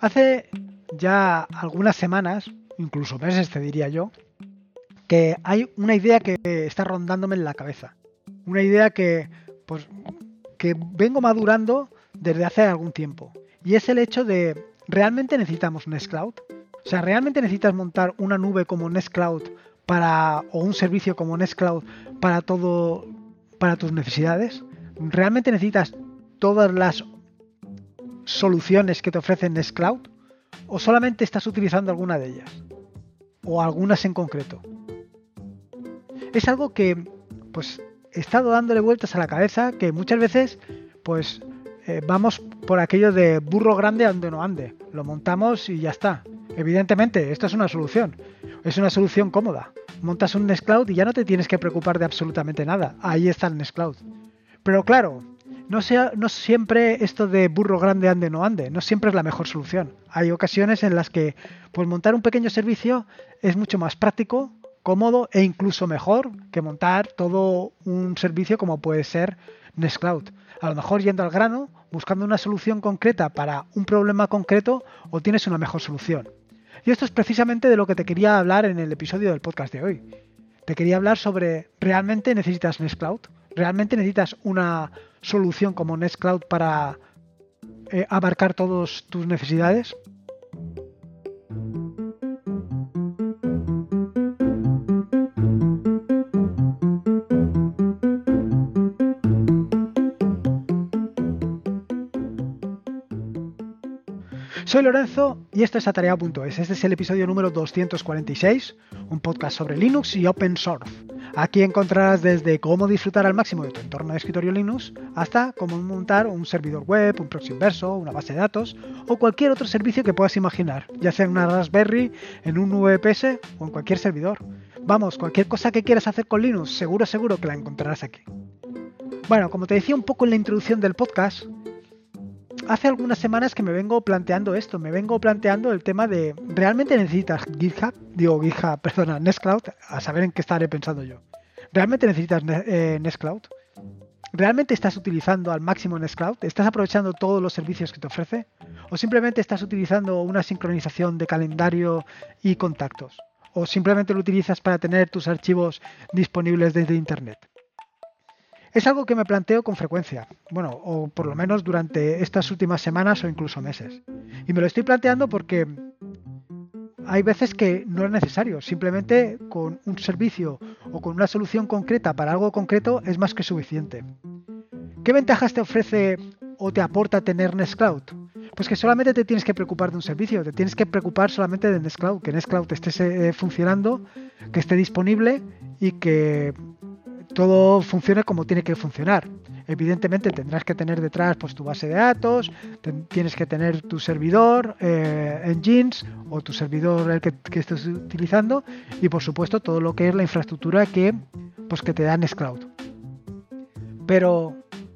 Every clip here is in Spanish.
Hace ya algunas semanas, incluso meses te diría yo, que hay una idea que está rondándome en la cabeza. Una idea pues, que vengo madurando desde hace algún tiempo. Y es el hecho de, ¿realmente necesitamos Nextcloud? O sea, ¿realmente necesitas montar una nube como Nextcloud o un servicio como Nextcloud para para tus necesidades? ¿Realmente necesitas todas las soluciones que te ofrece Nextcloud? ¿O solamente estás utilizando alguna de ellas? ¿O algunas en concreto? Es algo que pues he estado dándole vueltas a la cabeza, que muchas veces pues vamos por aquello de burro grande ande no ande. Lo montamos y ya está. Evidentemente, esto es una solución. Es una solución cómoda. Montas un Nextcloud y ya no te tienes que preocupar de absolutamente nada. Ahí está el Nextcloud. Pero claro, no siempre esto de burro grande ande no ande, no siempre es la mejor solución. Hay ocasiones en las que pues montar un pequeño servicio es mucho más práctico, cómodo e incluso mejor que montar todo un servicio como puede ser Nextcloud. A lo mejor yendo al grano, buscando una solución concreta para un problema concreto, o tienes una mejor solución. Y esto es precisamente de lo que te quería hablar en el episodio del podcast de hoy. Te quería hablar sobre, ¿realmente necesitas Nextcloud? ¿Realmente necesitas una solución como Nextcloud para abarcar todas tus necesidades? Soy Lorenzo y esto es Atareado.es. Este es el episodio número 246, un podcast sobre Linux y Open Source. Aquí encontrarás desde cómo disfrutar al máximo de tu entorno de escritorio Linux hasta cómo montar un servidor web, un proxy inverso, una base de datos o cualquier otro servicio que puedas imaginar, ya sea en una Raspberry, en un VPS o en cualquier servidor. Vamos, cualquier cosa que quieras hacer con Linux, seguro que la encontrarás aquí. Bueno, como te decía un poco en la introducción del podcast, hace algunas semanas que me vengo planteando esto, me vengo planteando el tema de ¿realmente necesitas Nextcloud? A saber en qué estaré pensando yo. ¿Realmente necesitas Nextcloud? ¿Realmente estás utilizando al máximo Nextcloud? ¿Estás aprovechando todos los servicios que te ofrece? ¿O simplemente estás utilizando una sincronización de calendario y contactos? ¿O simplemente lo utilizas para tener tus archivos disponibles desde Internet? Es algo que me planteo con frecuencia, bueno, o por lo menos durante estas últimas semanas o incluso meses. Y me lo estoy planteando porque hay veces que no es necesario, simplemente con un servicio o con una solución concreta para algo concreto es más que suficiente. ¿Qué ventajas te ofrece o te aporta tener Nextcloud? Pues que solamente te tienes que preocupar de un servicio, te tienes que preocupar solamente de Nextcloud, que Nextcloud esté funcionando, que esté disponible y que todo funcione como tiene que funcionar. Evidentemente tendrás que tener detrás pues tu base de datos, tienes que tener tu servidor Nginx o tu servidor el que estés utilizando y por supuesto todo lo que es la infraestructura que te da Nextcloud. Pero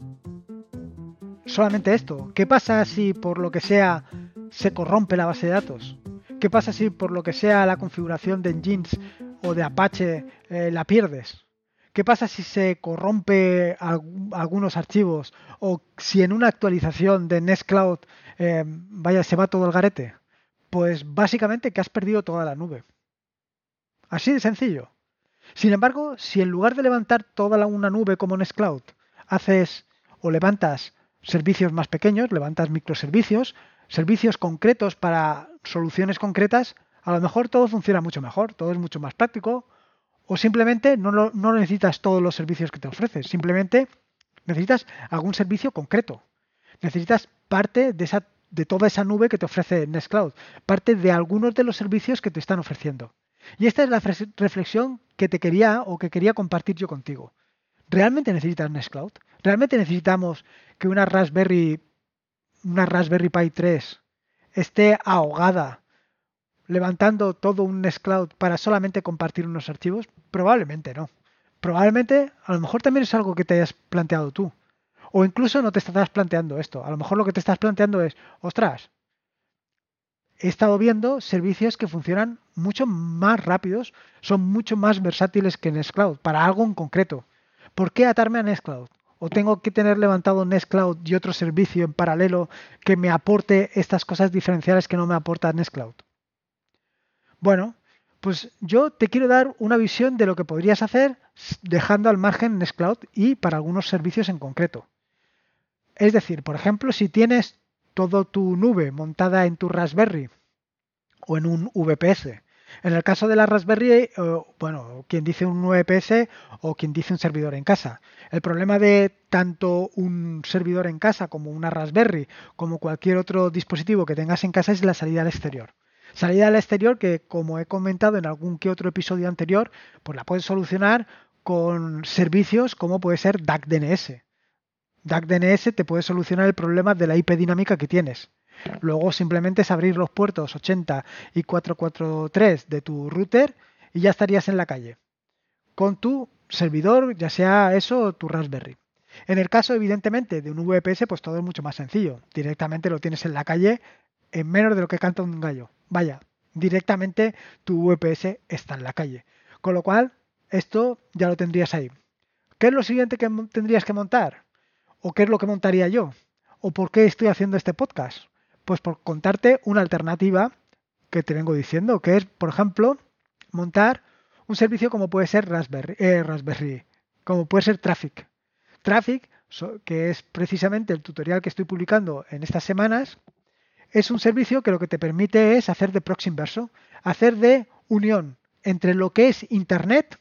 solamente esto. ¿Qué pasa si por lo que sea se corrompe la base de datos? ¿Qué pasa si por lo que sea la configuración de Nginx o de Apache la pierdes? ¿Qué pasa si se corrompe algunos archivos o si en una actualización de Nextcloud se va todo al garete? Pues básicamente que has perdido toda la nube. Así de sencillo. Sin embargo, si en lugar de levantar toda una nube como Nextcloud, haces o levantas servicios más pequeños, levantas microservicios, servicios concretos para soluciones concretas, a lo mejor todo funciona mucho mejor, todo es mucho más práctico. O simplemente no necesitas todos los servicios que te ofreces, simplemente necesitas algún servicio concreto. Necesitas parte de toda esa nube que te ofrece Nextcloud, parte de algunos de los servicios que te están ofreciendo. Y esta es la reflexión que quería compartir yo contigo. ¿Realmente necesitas Nextcloud? ¿Realmente necesitamos que una Raspberry Pi 3 esté ahogada levantando todo un Nextcloud para solamente compartir unos archivos? Probablemente no. Probablemente, a lo mejor también es algo que te hayas planteado tú. O incluso no te estás planteando esto. A lo mejor lo que te estás planteando es, ostras, he estado viendo servicios que funcionan mucho más rápidos, son mucho más versátiles que Nextcloud, para algo en concreto. ¿Por qué atarme a Nextcloud? ¿O tengo que tener levantado Nextcloud y otro servicio en paralelo que me aporte estas cosas diferenciales que no me aporta Nextcloud? Bueno, pues yo te quiero dar una visión de lo que podrías hacer dejando al margen Nextcloud y para algunos servicios en concreto. Es decir, por ejemplo, si tienes toda tu nube montada en tu Raspberry o en un VPS. En el caso de la Raspberry, bueno, quien dice un VPS o quien dice un servidor en casa. El problema de tanto un servidor en casa como una Raspberry, como cualquier otro dispositivo que tengas en casa, es la salida al exterior. Salida al exterior que, como he comentado en algún que otro episodio anterior, pues la puedes solucionar con servicios como puede ser DuckDNS. DuckDNS te puede solucionar el problema de la IP dinámica que tienes. Luego simplemente es abrir los puertos 80 y 443 de tu router y ya estarías en la calle con tu servidor, ya sea eso o tu Raspberry. En el caso, evidentemente, de un VPS, pues todo es mucho más sencillo. Directamente lo tienes en la calle en menos de lo que canta un gallo. Vaya, directamente tu VPS está en la calle. Con lo cual, esto ya lo tendrías ahí. ¿Qué es lo siguiente que tendrías que montar? ¿O qué es lo que montaría yo? ¿O por qué estoy haciendo este podcast? Pues por contarte una alternativa que te vengo diciendo, que es, por ejemplo, montar un servicio como puede ser Raspberry, como puede ser Traffic. Traffic, que es precisamente el tutorial que estoy publicando en estas semanas, es un servicio que lo que te permite es hacer de proxy inverso, hacer de unión entre lo que es Internet,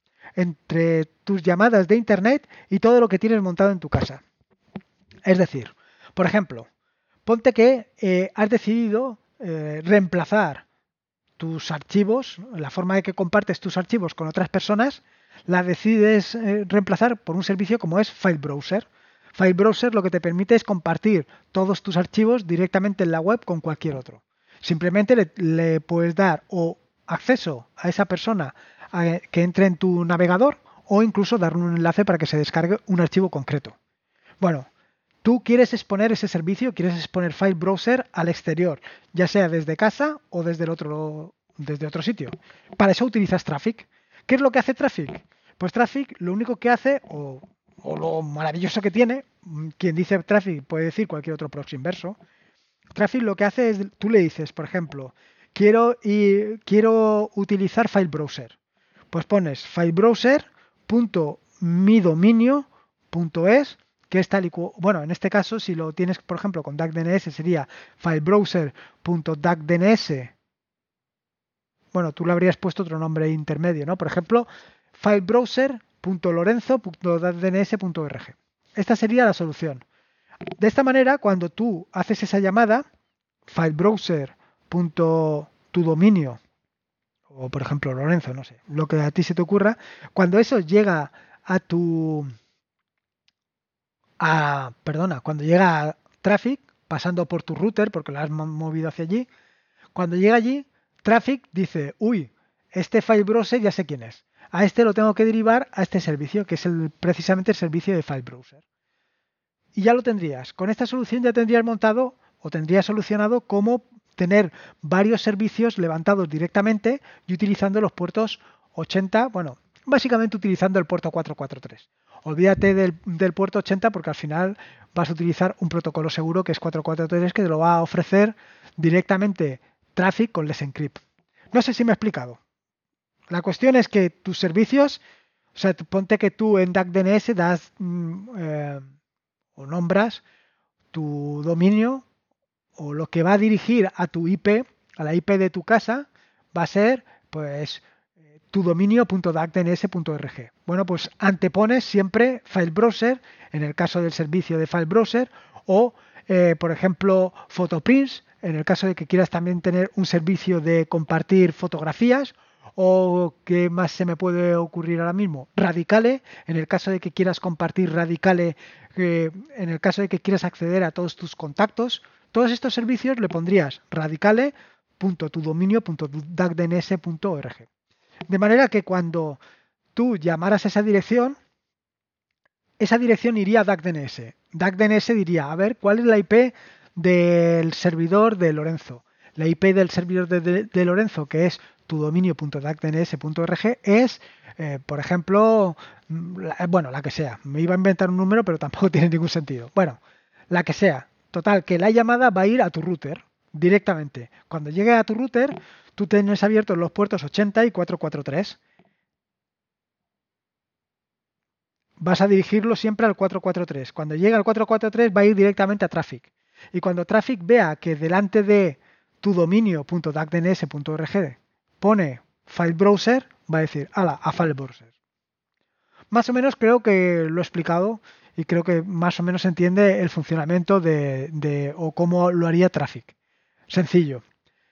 entre tus llamadas de Internet y todo lo que tienes montado en tu casa. Es decir, por ejemplo, ponte que has decidido reemplazar tus archivos, la forma de que compartes tus archivos con otras personas, la decides reemplazar por un servicio como es File Browser. File Browser lo que te permite es compartir todos tus archivos directamente en la web con cualquier otro. Simplemente le puedes dar o acceso a esa persona que entre en tu navegador o incluso darle un enlace para que se descargue un archivo concreto. Bueno, tú quieres exponer ese servicio, quieres exponer File Browser al exterior, ya sea desde casa o desde otro sitio. Para eso utilizas Traffic. ¿Qué es lo que hace Traffic? Pues Traffic lo único que hace, o lo maravilloso que tiene, quien dice Traffic puede decir cualquier otro proxy inverso. Traffic lo que hace es, tú le dices, por ejemplo, quiero utilizar File Browser. Pues pones filebrowser.midominio.es, que es tal y bueno, en este caso, si lo tienes, por ejemplo, con DuckDNS, sería filebrowser.duckdns. Bueno, tú le habrías puesto otro nombre intermedio, ¿no? Por ejemplo, filebrowser.lorenzo.duckdns.org. Esta sería la solución. De esta manera, cuando tú haces esa llamada, filebrowser.tudominio, o por ejemplo Lorenzo, no sé, lo que a ti se te ocurra, cuando eso llega cuando llega a Traffic, pasando por tu router, porque lo has movido hacia allí, cuando llega allí, Traffic dice, uy, este file browser ya sé quién es. A este lo tengo que derivar a este servicio, que es precisamente el servicio de file browser. Y ya lo tendrías. Con esta solución ya tendrías montado o tendrías solucionado cómo tener varios servicios levantados directamente y utilizando los puertos 80, bueno, básicamente utilizando el puerto 443. Olvídate del puerto 80 porque al final vas a utilizar un protocolo seguro que es 443 que te lo va a ofrecer directamente Traffic con Let's Encrypt. No sé si me he explicado. La cuestión es que tus servicios, o sea, ponte que tú en DuckDNS das o nombras tu dominio o lo que va a dirigir a tu IP, a la IP de tu casa, va a ser pues tudominio.duckdns.org. Bueno, pues antepones siempre File Browser, en el caso del servicio de File Browser, o por ejemplo Photoprints, en el caso de que quieras también tener un servicio de compartir fotografías, o qué más se me puede ocurrir ahora mismo, Radicale, en el caso de que quieras compartir Radicale, en el caso de que quieras acceder a todos tus contactos, todos estos servicios le pondrías radicale.tudominio.duckdns.org. De manera que cuando tú llamaras a esa dirección iría a DuckDNS. DuckDNS diría, a ver, ¿cuál es la IP del servidor de Lorenzo? La IP del servidor de Lorenzo, que es tu dominio.dagdns.org es, por ejemplo, la que sea. Me iba a inventar un número, pero tampoco tiene ningún sentido. Bueno, la que sea. Total, que la llamada va a ir a tu router directamente. Cuando llegue a tu router, tú tienes abiertos los puertos 80 y 443. Vas a dirigirlo siempre al 443. Cuando llegue al 443 va a ir directamente a Traffic. Y cuando Traffic vea que delante de tu dominio.dagdns.org pone File Browser, va a decir, ala, a File Browser. Más o menos creo que lo he explicado y creo que más o menos se entiende el funcionamiento o cómo lo haría Traffic. Sencillo.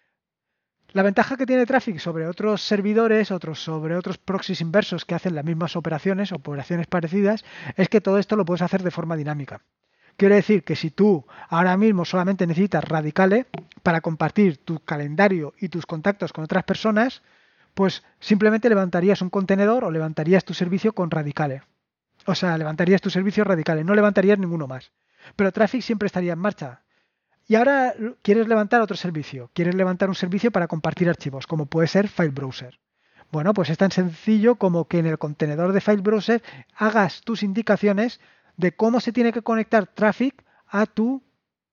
La ventaja que tiene Traffic sobre otros servidores, sobre otros proxies inversos que hacen las mismas operaciones parecidas, es que todo esto lo puedes hacer de forma dinámica. Quiere decir que si tú ahora mismo solamente necesitas Radicale para compartir tu calendario y tus contactos con otras personas, pues simplemente levantarías un contenedor o levantarías tu servicio con Radicale. O sea, levantarías tu servicio Radicale, no levantarías ninguno más. Pero Traffic siempre estaría en marcha. Y ahora quieres levantar otro servicio. Quieres levantar un servicio para compartir archivos, como puede ser File Browser. Bueno, pues es tan sencillo como que en el contenedor de File Browser hagas tus indicaciones de cómo se tiene que conectar Traffic a tu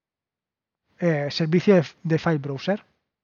servicio de File Browser.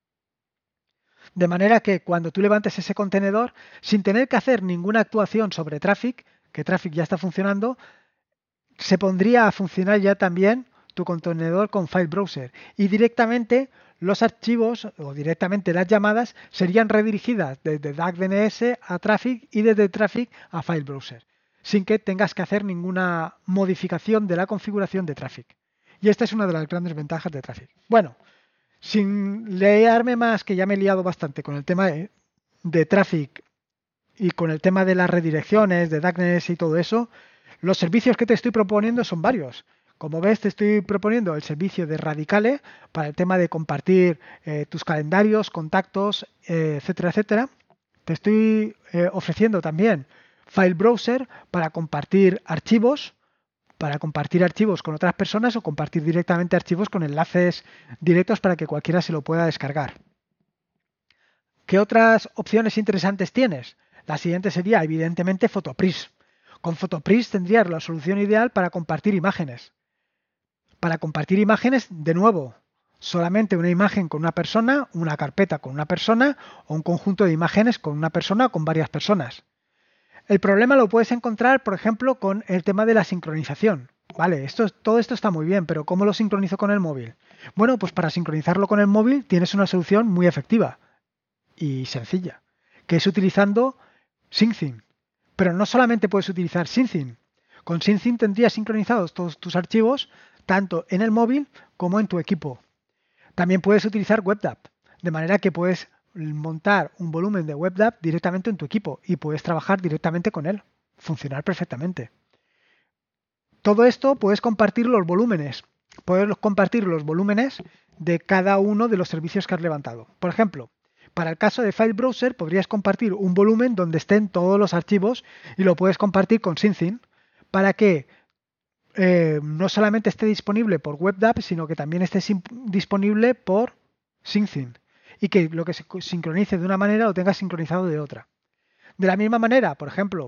De manera que cuando tú levantes ese contenedor, sin tener que hacer ninguna actuación sobre Traffic, que Traffic ya está funcionando, se pondría a funcionar ya también tu contenedor con File Browser y directamente los archivos o directamente las llamadas serían redirigidas desde DagDNS a Traffic y desde Traffic a File Browser, sin que tengas que hacer ninguna modificación de la configuración de Traffic. Y esta es una de las grandes ventajas de Traffic. Bueno, sin liarme más, que ya me he liado bastante con el tema de Traffic y con el tema de las redirecciones, de DagDNS y todo eso, los servicios que te estoy proponiendo son varios. Como ves, te estoy proponiendo el servicio de Radicale para el tema de compartir tus calendarios, contactos, etcétera, etcétera. Te estoy ofreciendo también File Browser para compartir archivos con otras personas o compartir directamente archivos con enlaces directos para que cualquiera se lo pueda descargar. ¿Qué otras opciones interesantes tienes? La siguiente sería, evidentemente, Photoprism. Con Photoprism tendrías la solución ideal para compartir imágenes. Para compartir imágenes, de nuevo, solamente una imagen con una persona, una carpeta con una persona o un conjunto de imágenes con una persona o con varias personas. El problema lo puedes encontrar, por ejemplo, con el tema de la sincronización. Vale, todo esto está muy bien, pero ¿cómo lo sincronizo con el móvil? Bueno, pues para sincronizarlo con el móvil tienes una solución muy efectiva y sencilla, que es utilizando SyncThing. Pero no solamente puedes utilizar SyncThing. Con SyncThing tendrías sincronizados todos tus archivos tanto en el móvil como en tu equipo. También puedes utilizar WebDAV, de manera que puedes montar un volumen de WebDAV directamente en tu equipo y puedes trabajar directamente con él, funcionar perfectamente. Todo esto puedes compartir los volúmenes de cada uno de los servicios que has levantado. Por ejemplo, para el caso de File Browser podrías compartir un volumen donde estén todos los archivos y lo puedes compartir con SyncThing para que no solamente esté disponible por WebDAV, sino que también esté disponible por SyncThing y que lo que se sincronice de una manera lo tengas sincronizado de otra. De la misma manera, por ejemplo,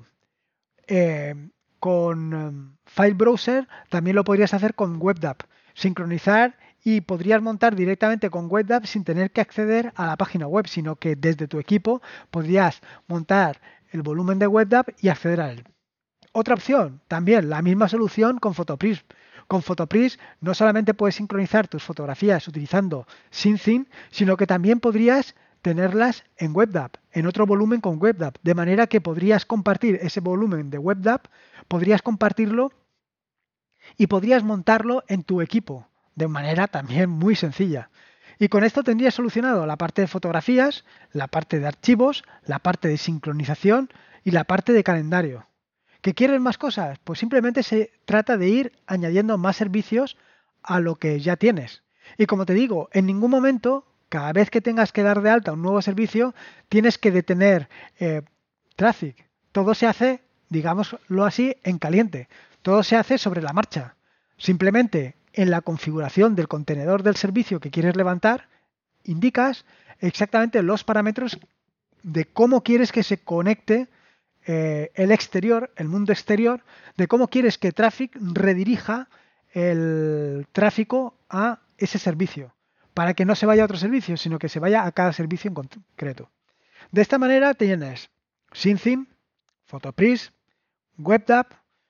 con File Browser también lo podrías hacer con WebDAV, sincronizar y podrías montar directamente con WebDAV sin tener que acceder a la página web, sino que desde tu equipo podrías montar el volumen de WebDAV y acceder a él. Otra opción, también la misma solución con Photoprism. Con Photoprism no solamente puedes sincronizar tus fotografías utilizando SyncThing, sino que también podrías tenerlas en WebDAV, en otro volumen con WebDAV, de manera que podrías compartir ese volumen de WebDAV, podrías compartirlo y podrías montarlo en tu equipo, de manera también muy sencilla. Y con esto tendrías solucionado la parte de fotografías, la parte de archivos, la parte de sincronización y la parte de calendario. ¿Que quieres más cosas? Pues simplemente se trata de ir añadiendo más servicios a lo que ya tienes. Y como te digo, en ningún momento, cada vez que tengas que dar de alta un nuevo servicio, tienes que detener Traffic. Todo se hace, digámoslo así, en caliente. Todo se hace sobre la marcha. Simplemente en la configuración del contenedor del servicio que quieres levantar, indicas exactamente los parámetros de cómo quieres que se conecte el exterior, el mundo exterior, de cómo quieres que Traffic redirija el tráfico a ese servicio, para que no se vaya a otro servicio, sino que se vaya a cada servicio en concreto. De esta manera tienes SyncTheme, PhotoPrism, WebDAV,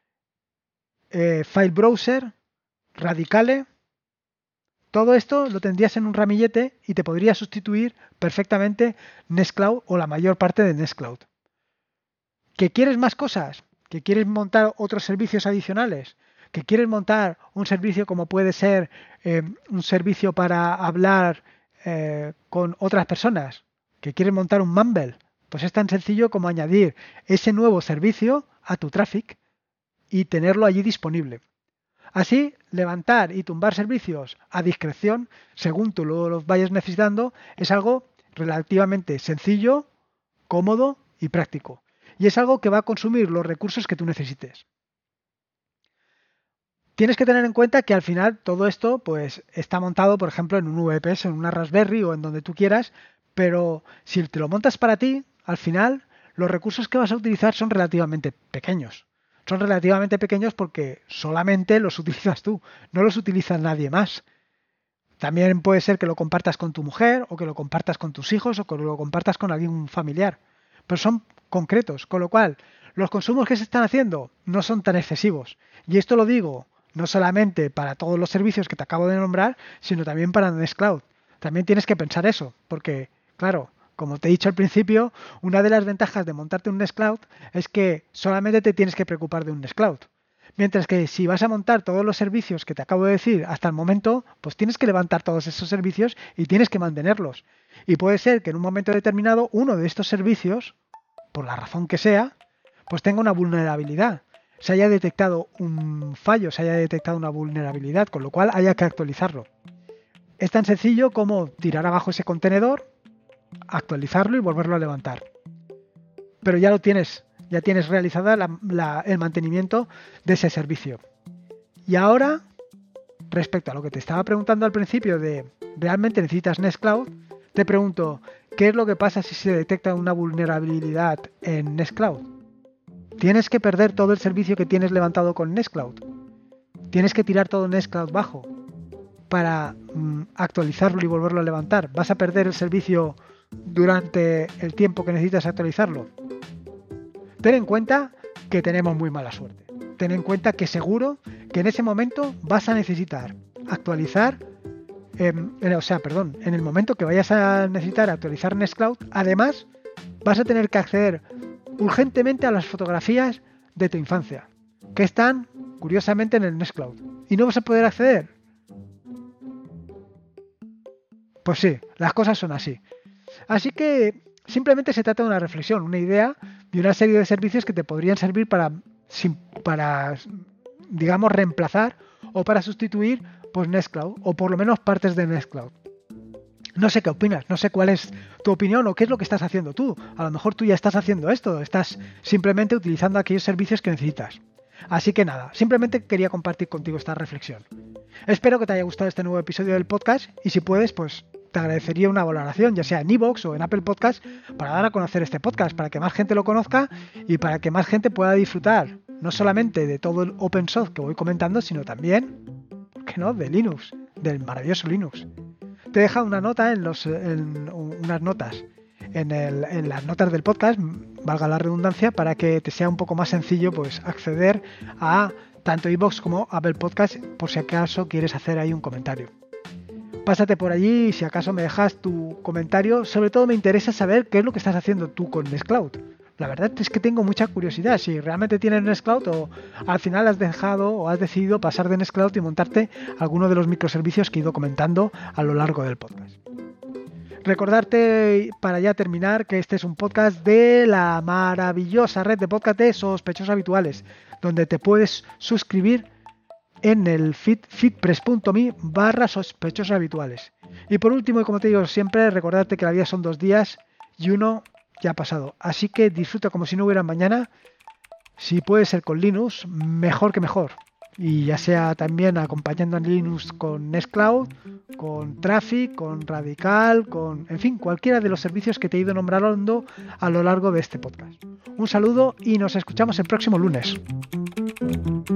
File Browser, Radicale. Todo esto lo tendrías en un ramillete y te podría sustituir perfectamente Nextcloud o la mayor parte de Nextcloud. ¿Que quieres más cosas? ¿Que quieres montar otros servicios adicionales? ¿Que quieres montar un servicio como puede ser un servicio para hablar con otras personas? ¿Que quieres montar un Mumble? Pues es tan sencillo como añadir ese nuevo servicio a tu Traffic y tenerlo allí disponible. Así, levantar y tumbar servicios a discreción, según tú los vayas necesitando, es algo relativamente sencillo, cómodo y práctico. Y es algo que va a consumir los recursos que tú necesites. Tienes que tener en cuenta que al final todo esto pues está montado, por ejemplo, en un VPS, en una Raspberry o en donde tú quieras, pero si te lo montas para ti, al final los recursos que vas a utilizar son relativamente pequeños. Son relativamente pequeños porque solamente los utilizas tú, no los utiliza nadie más. También puede ser que lo compartas con tu mujer o que lo compartas con tus hijos o que lo compartas con algún familiar. Pero son concretos, con lo cual los consumos que se están haciendo no son tan excesivos. Y esto lo digo no solamente para todos los servicios que te acabo de nombrar, sino también para Nextcloud. También tienes que pensar eso, porque, claro, como te he dicho al principio, una de las ventajas de montarte un Nextcloud es que solamente te tienes que preocupar de un Nextcloud. Mientras que si vas a montar todos los servicios que te acabo de decir hasta el momento, pues tienes que levantar todos esos servicios y tienes que mantenerlos. Y puede ser que en un momento determinado uno de estos servicios, por la razón que sea, pues tenga una vulnerabilidad. Se haya detectado un fallo, se haya detectado una vulnerabilidad, con lo cual haya que actualizarlo. Es tan sencillo como tirar abajo ese contenedor, actualizarlo y volverlo a levantar. Pero ya lo tienes, ya tienes realizada el mantenimiento de ese servicio. Y ahora, respecto a lo que te estaba preguntando al principio de ¿realmente necesitas Nextcloud? Te pregunto, ¿qué es lo que pasa si se detecta una vulnerabilidad en Nextcloud? ¿Tienes que perder todo el servicio que tienes levantado con Nextcloud? ¿Tienes que tirar todo Nextcloud bajo para actualizarlo y volverlo a levantar? ¿Vas a perder el servicio durante el tiempo que necesitas actualizarlo? Ten en cuenta que tenemos muy mala suerte. Ten en cuenta que seguro que en ese momento vas a necesitar actualizar, en el momento que vayas a necesitar actualizar Nextcloud, además vas a tener que acceder urgentemente a las fotografías de tu infancia, que están, curiosamente, en el Nextcloud. ¿Y no vas a poder acceder? Pues sí, las cosas son así. Así que simplemente se trata de una reflexión, una idea de una serie de servicios que te podrían servir para digamos, reemplazar o para sustituir pues Nextcloud, o por lo menos partes de Nextcloud. No sé qué opinas, no sé cuál es tu opinión o qué es lo que estás haciendo tú. A lo mejor tú ya estás haciendo esto, estás simplemente utilizando aquellos servicios que necesitas. Así que nada, simplemente quería compartir contigo esta reflexión. Espero que te haya gustado este nuevo episodio del podcast y si puedes, pues te agradecería una valoración, ya sea en iVoox o en Apple Podcast, para dar a conocer este podcast, para que más gente lo conozca y para que más gente pueda disfrutar no solamente de todo el open source que voy comentando, sino también, ¿por qué no?, de Linux, del maravilloso Linux. Te deja una nota en las notas del podcast, valga la redundancia, para que te sea un poco más sencillo pues acceder a tanto iVoox como Apple Podcast por si acaso quieres hacer ahí un comentario. Pásate por allí y si acaso me dejas tu comentario. Sobre todo me interesa saber qué es lo que estás haciendo tú con Nextcloud. La verdad es que tengo mucha curiosidad si realmente tienes Nextcloud o al final has dejado o has decidido pasar de Nextcloud y montarte alguno de los microservicios que he ido comentando a lo largo del podcast. Recordarte, para ya terminar, que este es un podcast de la maravillosa red de podcast de Sospechosos Habituales, donde te puedes suscribir en el feedpress.me/sospechosos habituales. Y por último, y como te digo siempre, recordarte que la vida son 2 días y uno ya ha pasado. Así que disfruta como si no hubiera mañana. Si puede ser con Linux, mejor que mejor. Y ya sea también acompañando a Linux con Nextcloud, con Traffic, con Radical, en fin, cualquiera de los servicios que te he ido nombrando a lo largo de este podcast. Un saludo y nos escuchamos el próximo lunes.